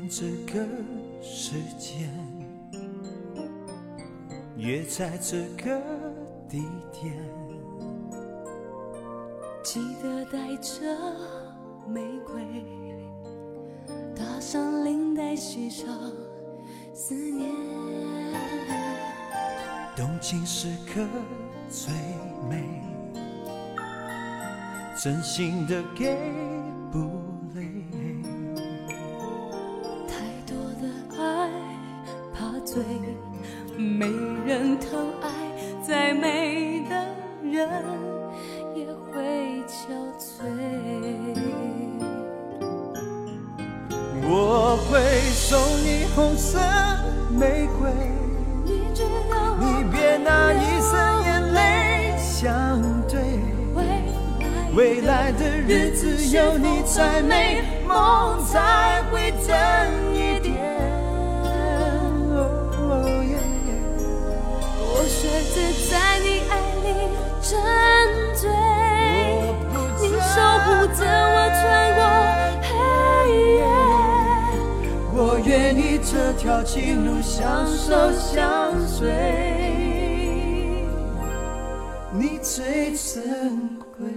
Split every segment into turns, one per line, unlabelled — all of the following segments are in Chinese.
这个时间，约在这个地点，
记得带着玫瑰，搭上领带，系上思念。
动情时刻最美，真心的给不累。
太多的爱怕醉，没人疼爱，再美的人也会憔悴。
我会送你红色玫瑰，
你知道
你别拿一生眼泪相对，未来的日子有你才美，梦才会真一点。
我学着在你爱里沉醉，你守护着我穿过黑夜，
我愿意这条情路相守相随，你最珍贵。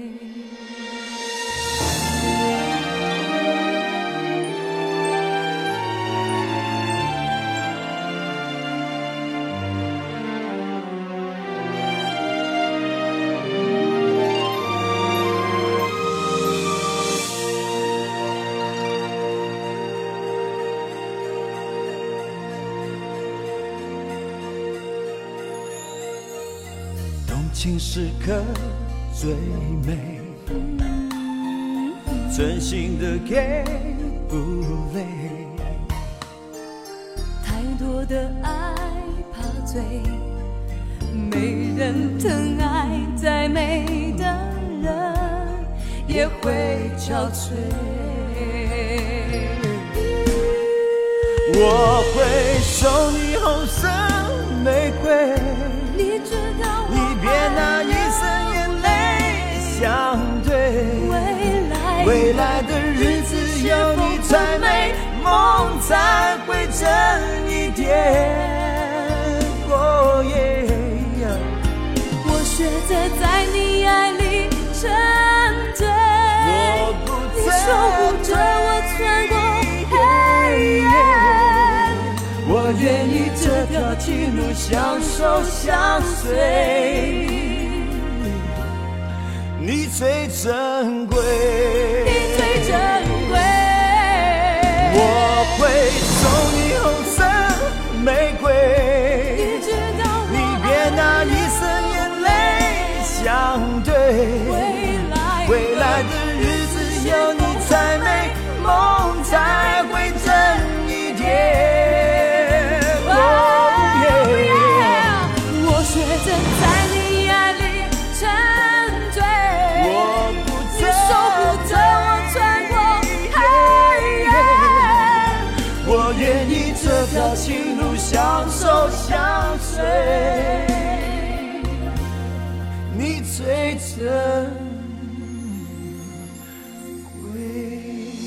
情时刻最美，真心的给不累。
太多的爱怕醉，没人疼爱，再美的人也会憔悴。
我会送你红色玫瑰，
你知道
你别拿一生眼泪相对，未来的日子有你才美，梦才会真一点。
我学着在你爱里沉醉，你守护着我穿过黑夜，
我愿意这条情路相守相随，你最珍贵，
你最珍贵。
我会送你红色玫瑰，
你知道
你别拿一生眼泪相对，未来的日子有你才美，梦才会真一点。
我学着在你爱里沉醉，你守护着我穿过黑夜，
我愿意这条情路相守相随，你最珍贵。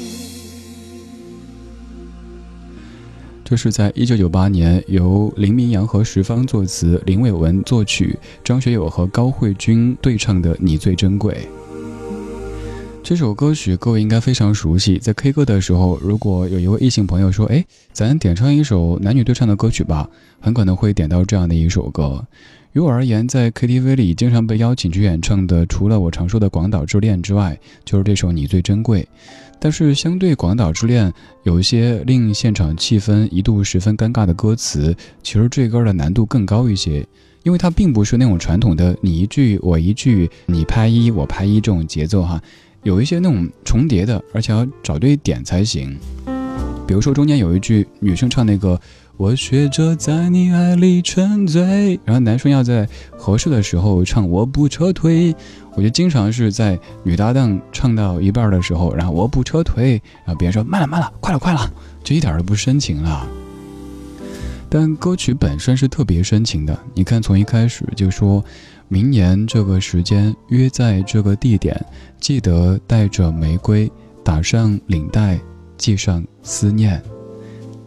这是在1998年由林明阳和石方作词，林伟文作曲，张学友和高慧君对唱的《你最珍贵》。这首歌曲各位应该非常熟悉，在 K 歌的时候，如果有一位异性朋友说咱点唱一首男女对唱的歌曲吧，很可能会点到这样的一首歌。于我而言，在 KTV 里经常被邀请去演唱的，除了我常说的广岛之恋之外，就是这首你最珍贵。但是相对广岛之恋有一些令现场气氛一度十分尴尬的歌词，其实这歌的难度更高一些，因为它并不是那种传统的你一句我一句，你拍一我拍一这种节奏哈，有一些那种重叠的，而且要找对点才行。比如说中间有一句女生唱那个我学着在你爱里沉醉，然后男生要在合适的时候唱我不撤退，我就经常是在女搭档唱到一半的时候，然后我不撤退，然后别人说慢了慢了，快了快了，这一点都不深情了。但歌曲本身是特别深情的，你看从一开始就说明年这个时间约在这个地点，记得带着玫瑰，打上领带，系上思念。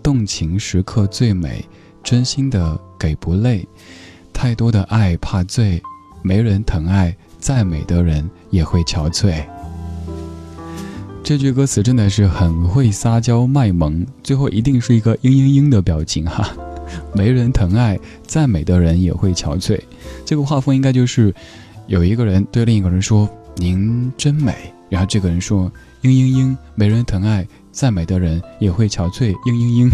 动情时刻最美，真心的给不累，太多的爱怕醉，没人疼爱，再美的人也会憔悴。这句歌词真的是很会撒娇卖萌，最后一定是一个嘤嘤嘤的表情哈。没人疼爱，再美的人也会憔悴。这个画风应该就是有一个人对另一个人说您真美，然后这个人说嘤嘤嘤，没人疼爱，再美的人也会憔悴，嘤嘤嘤。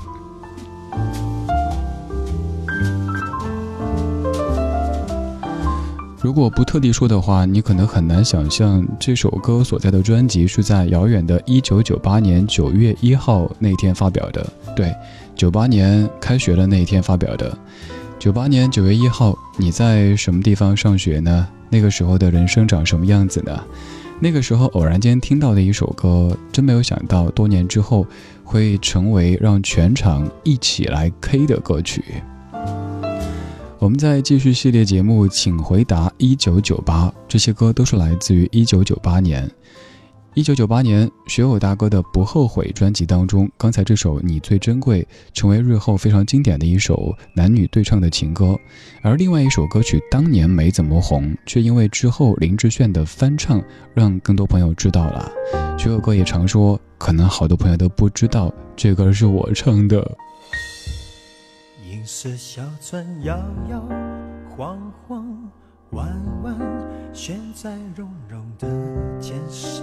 如果不特地说的话，你可能很难想象这首歌所在的专辑是在遥远的1998年9月1号那天发表的。对，98年开学的那一天发表的。98年9月1号，你在什么地方上学呢？那个时候的人生长什么样子呢？那个时候偶然间听到的一首歌，真没有想到多年之后会成为让全场一起来 K 的歌曲。我们在继续系列节目，请回答1998，这些歌都是来自于1998年。1998年，学友大哥的《不后悔》专辑当中，刚才这首《你最珍贵》成为日后非常经典的一首男女对唱的情歌，而另外一首歌曲当年没怎么红，却因为之后林志炫的翻唱，让更多朋友知道了。学友哥也常说，可能好多朋友都不知道，这歌是我唱的。
银色小船摇摇晃晃，弯弯悬在绒绒的肩上，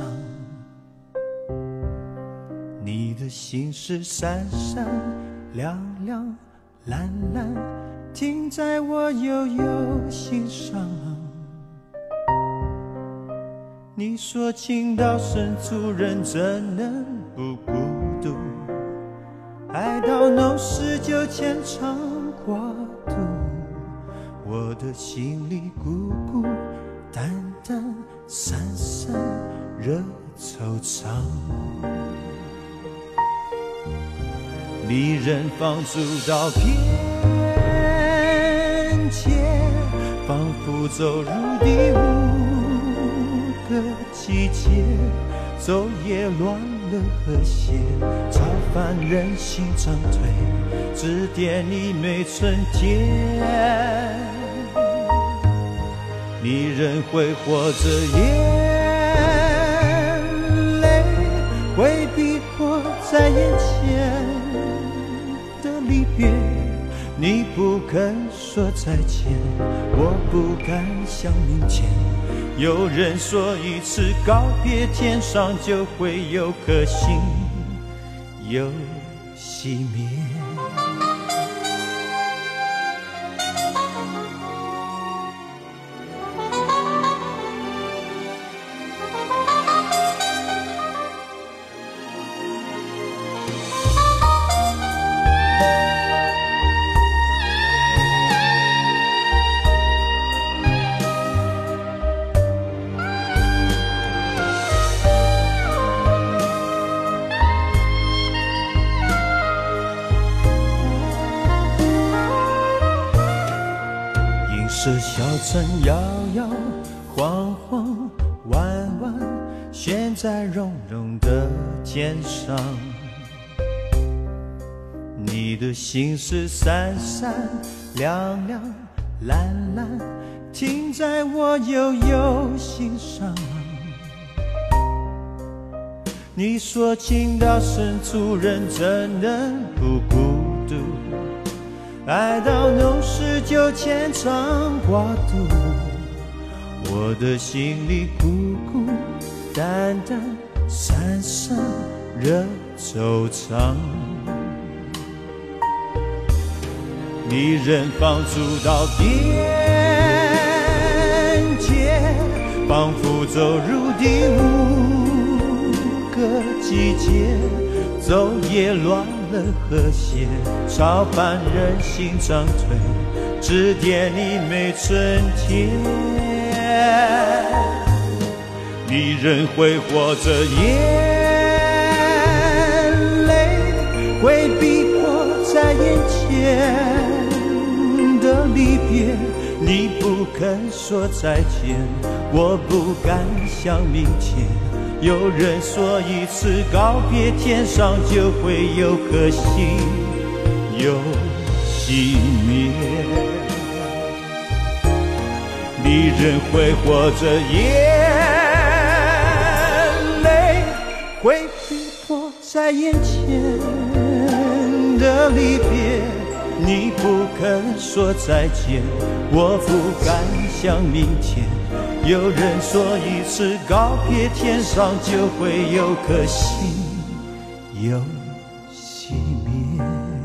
你的心事闪闪亮亮蓝蓝，停在我悠悠心上。你说情到深处人怎能不孤独，爱到浓时就牵肠挂肚，我的心里孤孤单单散散惹惆怅。离人放逐到边界，仿佛走入第5个季节，昼夜乱了和谐，超凡人心长退，指点你每春天。你仍会活着，眼泪会逼迫在眼前的离别，你不肯说再见，我不敢想明天。有人说一次告别，天上就会有颗星又熄灭。这小船摇摇晃晃弯弯悬在绒绒的肩上，你的心事闪闪亮亮蓝蓝，停在我悠悠心上。你说情到深处人怎能不孤独，爱到浓时就牵肠挂肚，我的心里孤孤单单散散惹惆怅。你仍放逐到边界，仿佛走入第5个季节，昼夜乱了和谐，超凡人心长退，指点你每春天。你仍会活着，眼泪会逼迫在眼前的离别，你不肯说再见，我不敢想明天。 有人说一次告别，天上就会有颗星又熄灭。离人挥霍着眼泪，会逼迫在眼前的离别。你不肯说再见，我不敢想明天。有人说一次告别，天上就会有颗星又熄灭。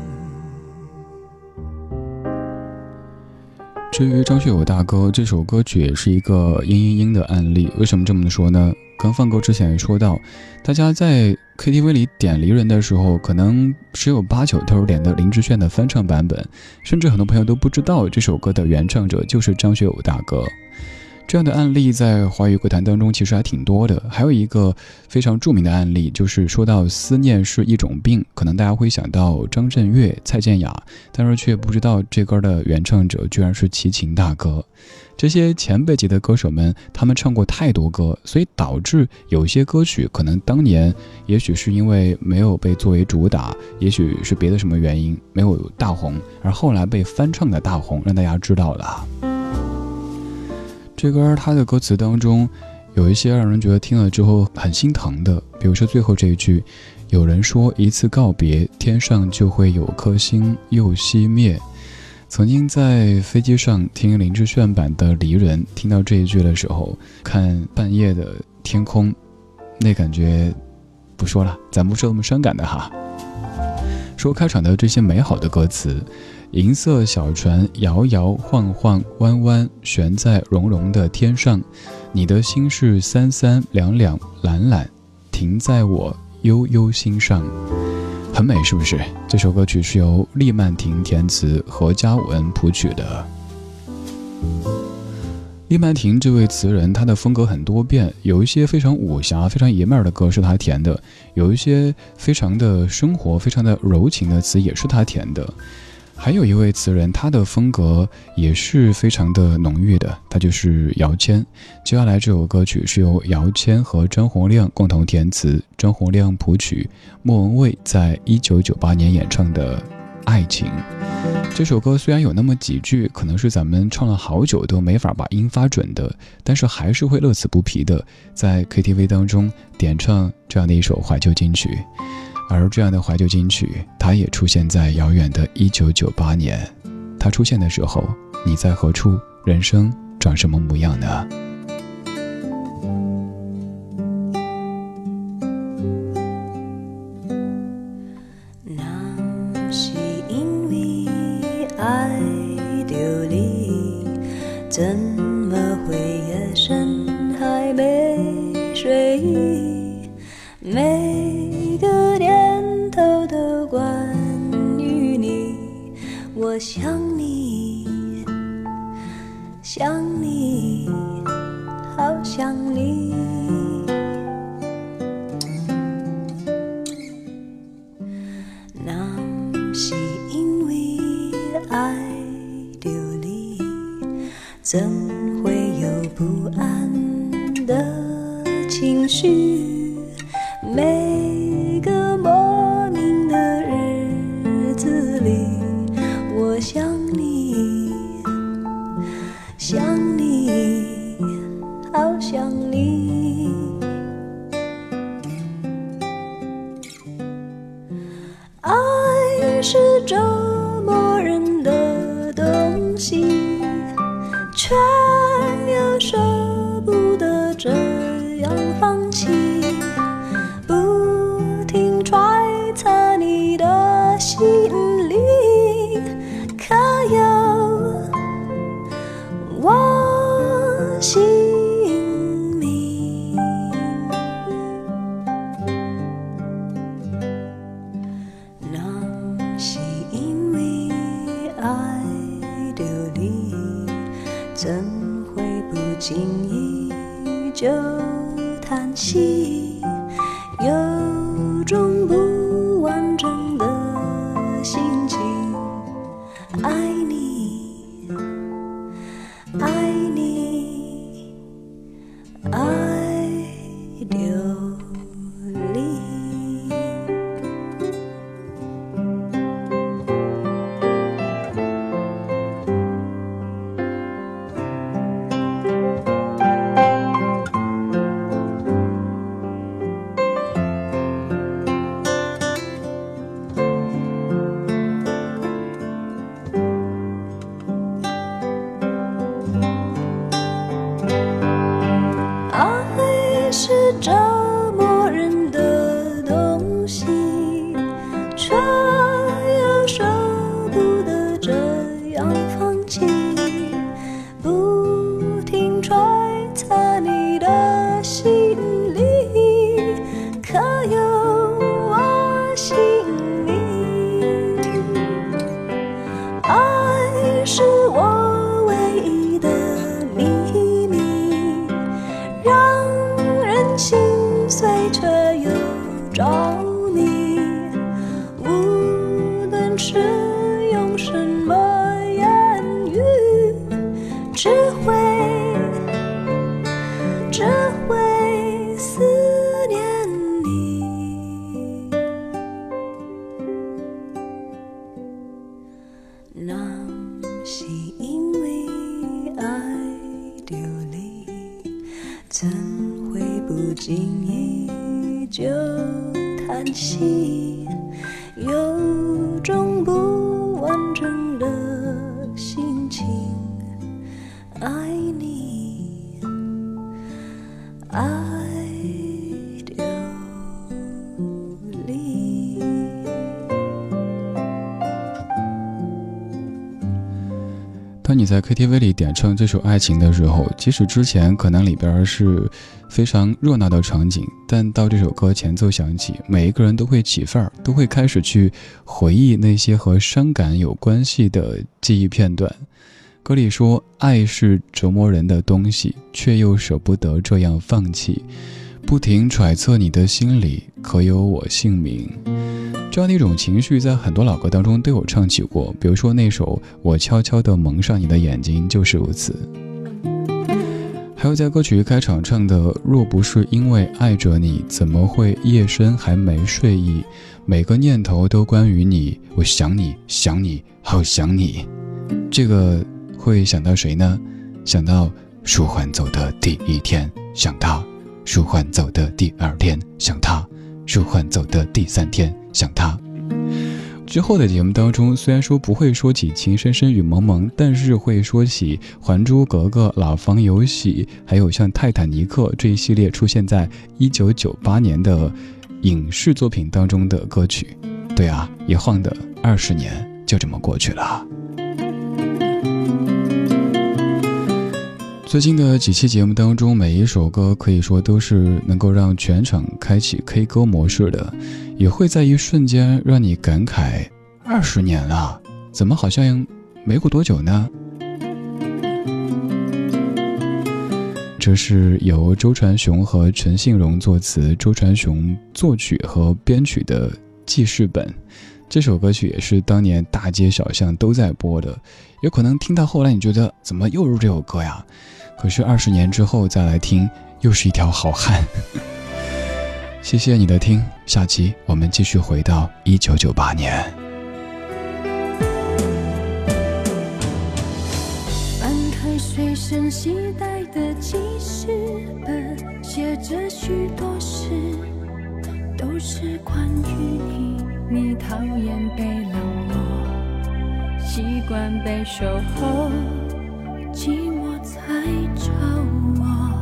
至于张学友大哥，这首歌曲也是一个嘤的案例。为什么这么说呢？刚放歌之前也说到，大家在 KTV 里点离人的时候，可能只有8、9头点的林志炫的翻唱版本，甚至很多朋友都不知道这首歌的原唱者就是张学友大哥。这样的案例在华语歌坛当中其实还挺多的。还有一个非常著名的案例，就是说到思念是一种病，可能大家会想到张震岳、蔡健雅，但是却不知道这歌的原唱者居然是齐秦大哥。这些前辈级的歌手们，他们唱过太多歌，所以导致有些歌曲可能当年也许是因为没有被作为主打，也许是别的什么原因没有大红，而后来被翻唱的大红，让大家知道了。这歌它的歌词当中有一些让人觉得听了之后很心疼的，比如说最后这一句，有人说一次告别，天上就会有颗星又熄灭。曾经在飞机上听林志炫版的离人，听到这一句的时候，看半夜的天空，那感觉不说了，咱不说那么伤感的哈。说开场的这些美好的歌词，银色小船摇摇晃晃弯弯悬在绒绒的天上，你的心是三三两两懒懒，停在我悠悠心上。很美是不是？这首歌曲是由厉曼婷填词，何嘉文谱曲的。厉曼婷这位词人，他的风格很多变，有一些非常武侠非常爷们儿的歌是他填的，有一些非常的生活非常的柔情的词也是他填的。还有一位词人，他的风格也是非常的浓郁的，他就是姚谦。接下来这首歌曲是由姚谦和张洪量共同填词，张洪量谱曲，莫文蔚在1998年演唱的《爱情》。这首歌虽然有那么几句可能是咱们唱了好久都没法把音发准的，但是还是会乐此不疲的在 KTV 当中点唱这样的一首怀旧金曲。而这样的怀旧金曲，它也出现在遥远的1998年。它出现的时候，你在何处？人生长什么模样呢？
那是因为爱着你，怎么会夜深还没睡意？每个念头都关于你，我想你，想你，好想你。那是因为爱着你，怎会有不安的情绪？每个莫名的日子里，我想你，想你，好想你。爱是折磨人的东西，却又舍不得这样放弃。在你的心里，可有我姓名？那是因为爱着你，怎会不经意就叹息？有种不完整的心情，爱你，爱你，爱着随却又着迷，无论是用什么言语，只会思念你。那是因为爱丢离，怎会不经意就叹息，有种不完整的心情，爱你，爱丢离。
当你在 KTV 里点唱这首《爱情》的时候，即使之前可能里边是非常热闹的场景，但到这首歌前奏响起，每一个人都会起范儿，都会开始去回忆那些和伤感有关系的记忆片段。歌里说，爱是折磨人的东西，却又舍不得这样放弃，不停揣测你的心里可有我姓名。这样的一种情绪在很多老歌当中都有唱起过，比如说那首我悄悄地蒙上你的眼睛就是如此。还有在歌曲开场唱的，若不是因为爱着你，怎么会夜深还没睡意，每个念头都关于你，我想你想你好想你。这个会想到谁呢？想到舒缓走的第一天想他，舒缓走的第二天想他，舒缓走的第三天想他。之后的节目当中，虽然说不会说起情深深雨蒙蒙，但是会说起还珠格格、老房有喜，还有像泰坦尼克这一系列出现在1998年的影视作品当中的歌曲。对啊，一晃的20年就这么过去了。最近的几期节目当中，每一首歌可以说都是能够让全场开启 K 歌模式的，也会在一瞬间让你感慨20年了，怎么好像没过多久呢？这是由周传雄和陈信荣作词，周传雄作曲和编曲的记事本。这首歌曲也是当年大街小巷都在播的，有可能听到后来你觉得怎么又是这首歌呀？可是20年之后再来听，又是一条好汉。谢谢你的听，下期我们继续回到1998年。
翻开随身携带的记事本，写着许多事，都是关于你。你讨厌被冷落，习惯被守候，寂寞才找我。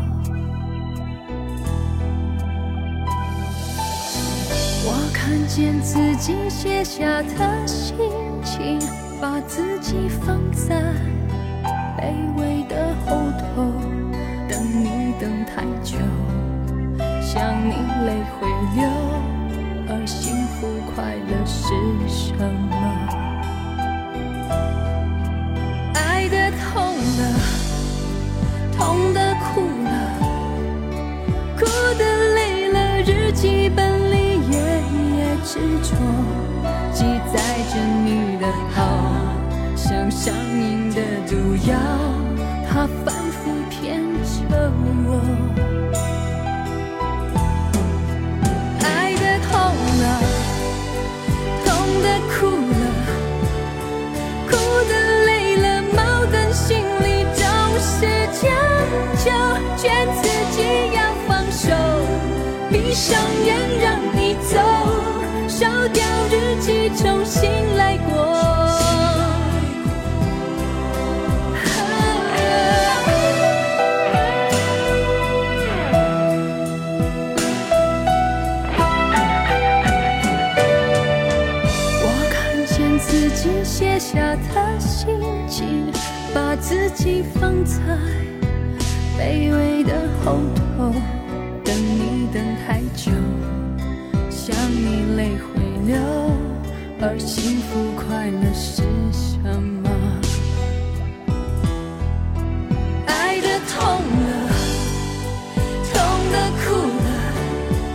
我看见自己写下的心情，把自己放在卑微的后头，等你等太久，想你泪会流，而幸福快乐是什么？爱的痛了，痛的哭了，哭的累了，日记本里夜夜执着，记载着你的好，像上瘾的毒药，它反复骗着我。爱的痛了，痛的哭了，哭的累了，矛盾心里总是将就，劝自己要放手，闭上眼让你走，烧掉日记重新来过。写下的心情，把自己放在卑微的后头，等你等太久，想你泪会流，而幸福快乐是什么？爱的痛了，痛的哭了，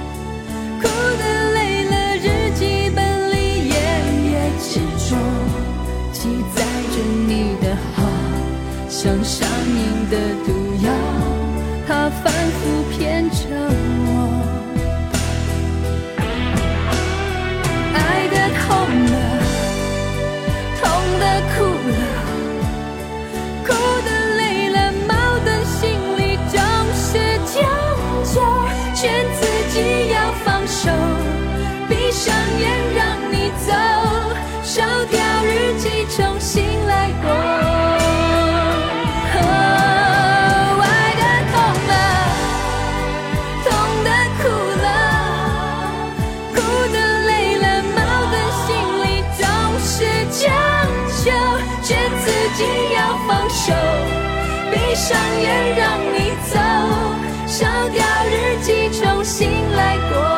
上演让你走，烧掉日记重新来过。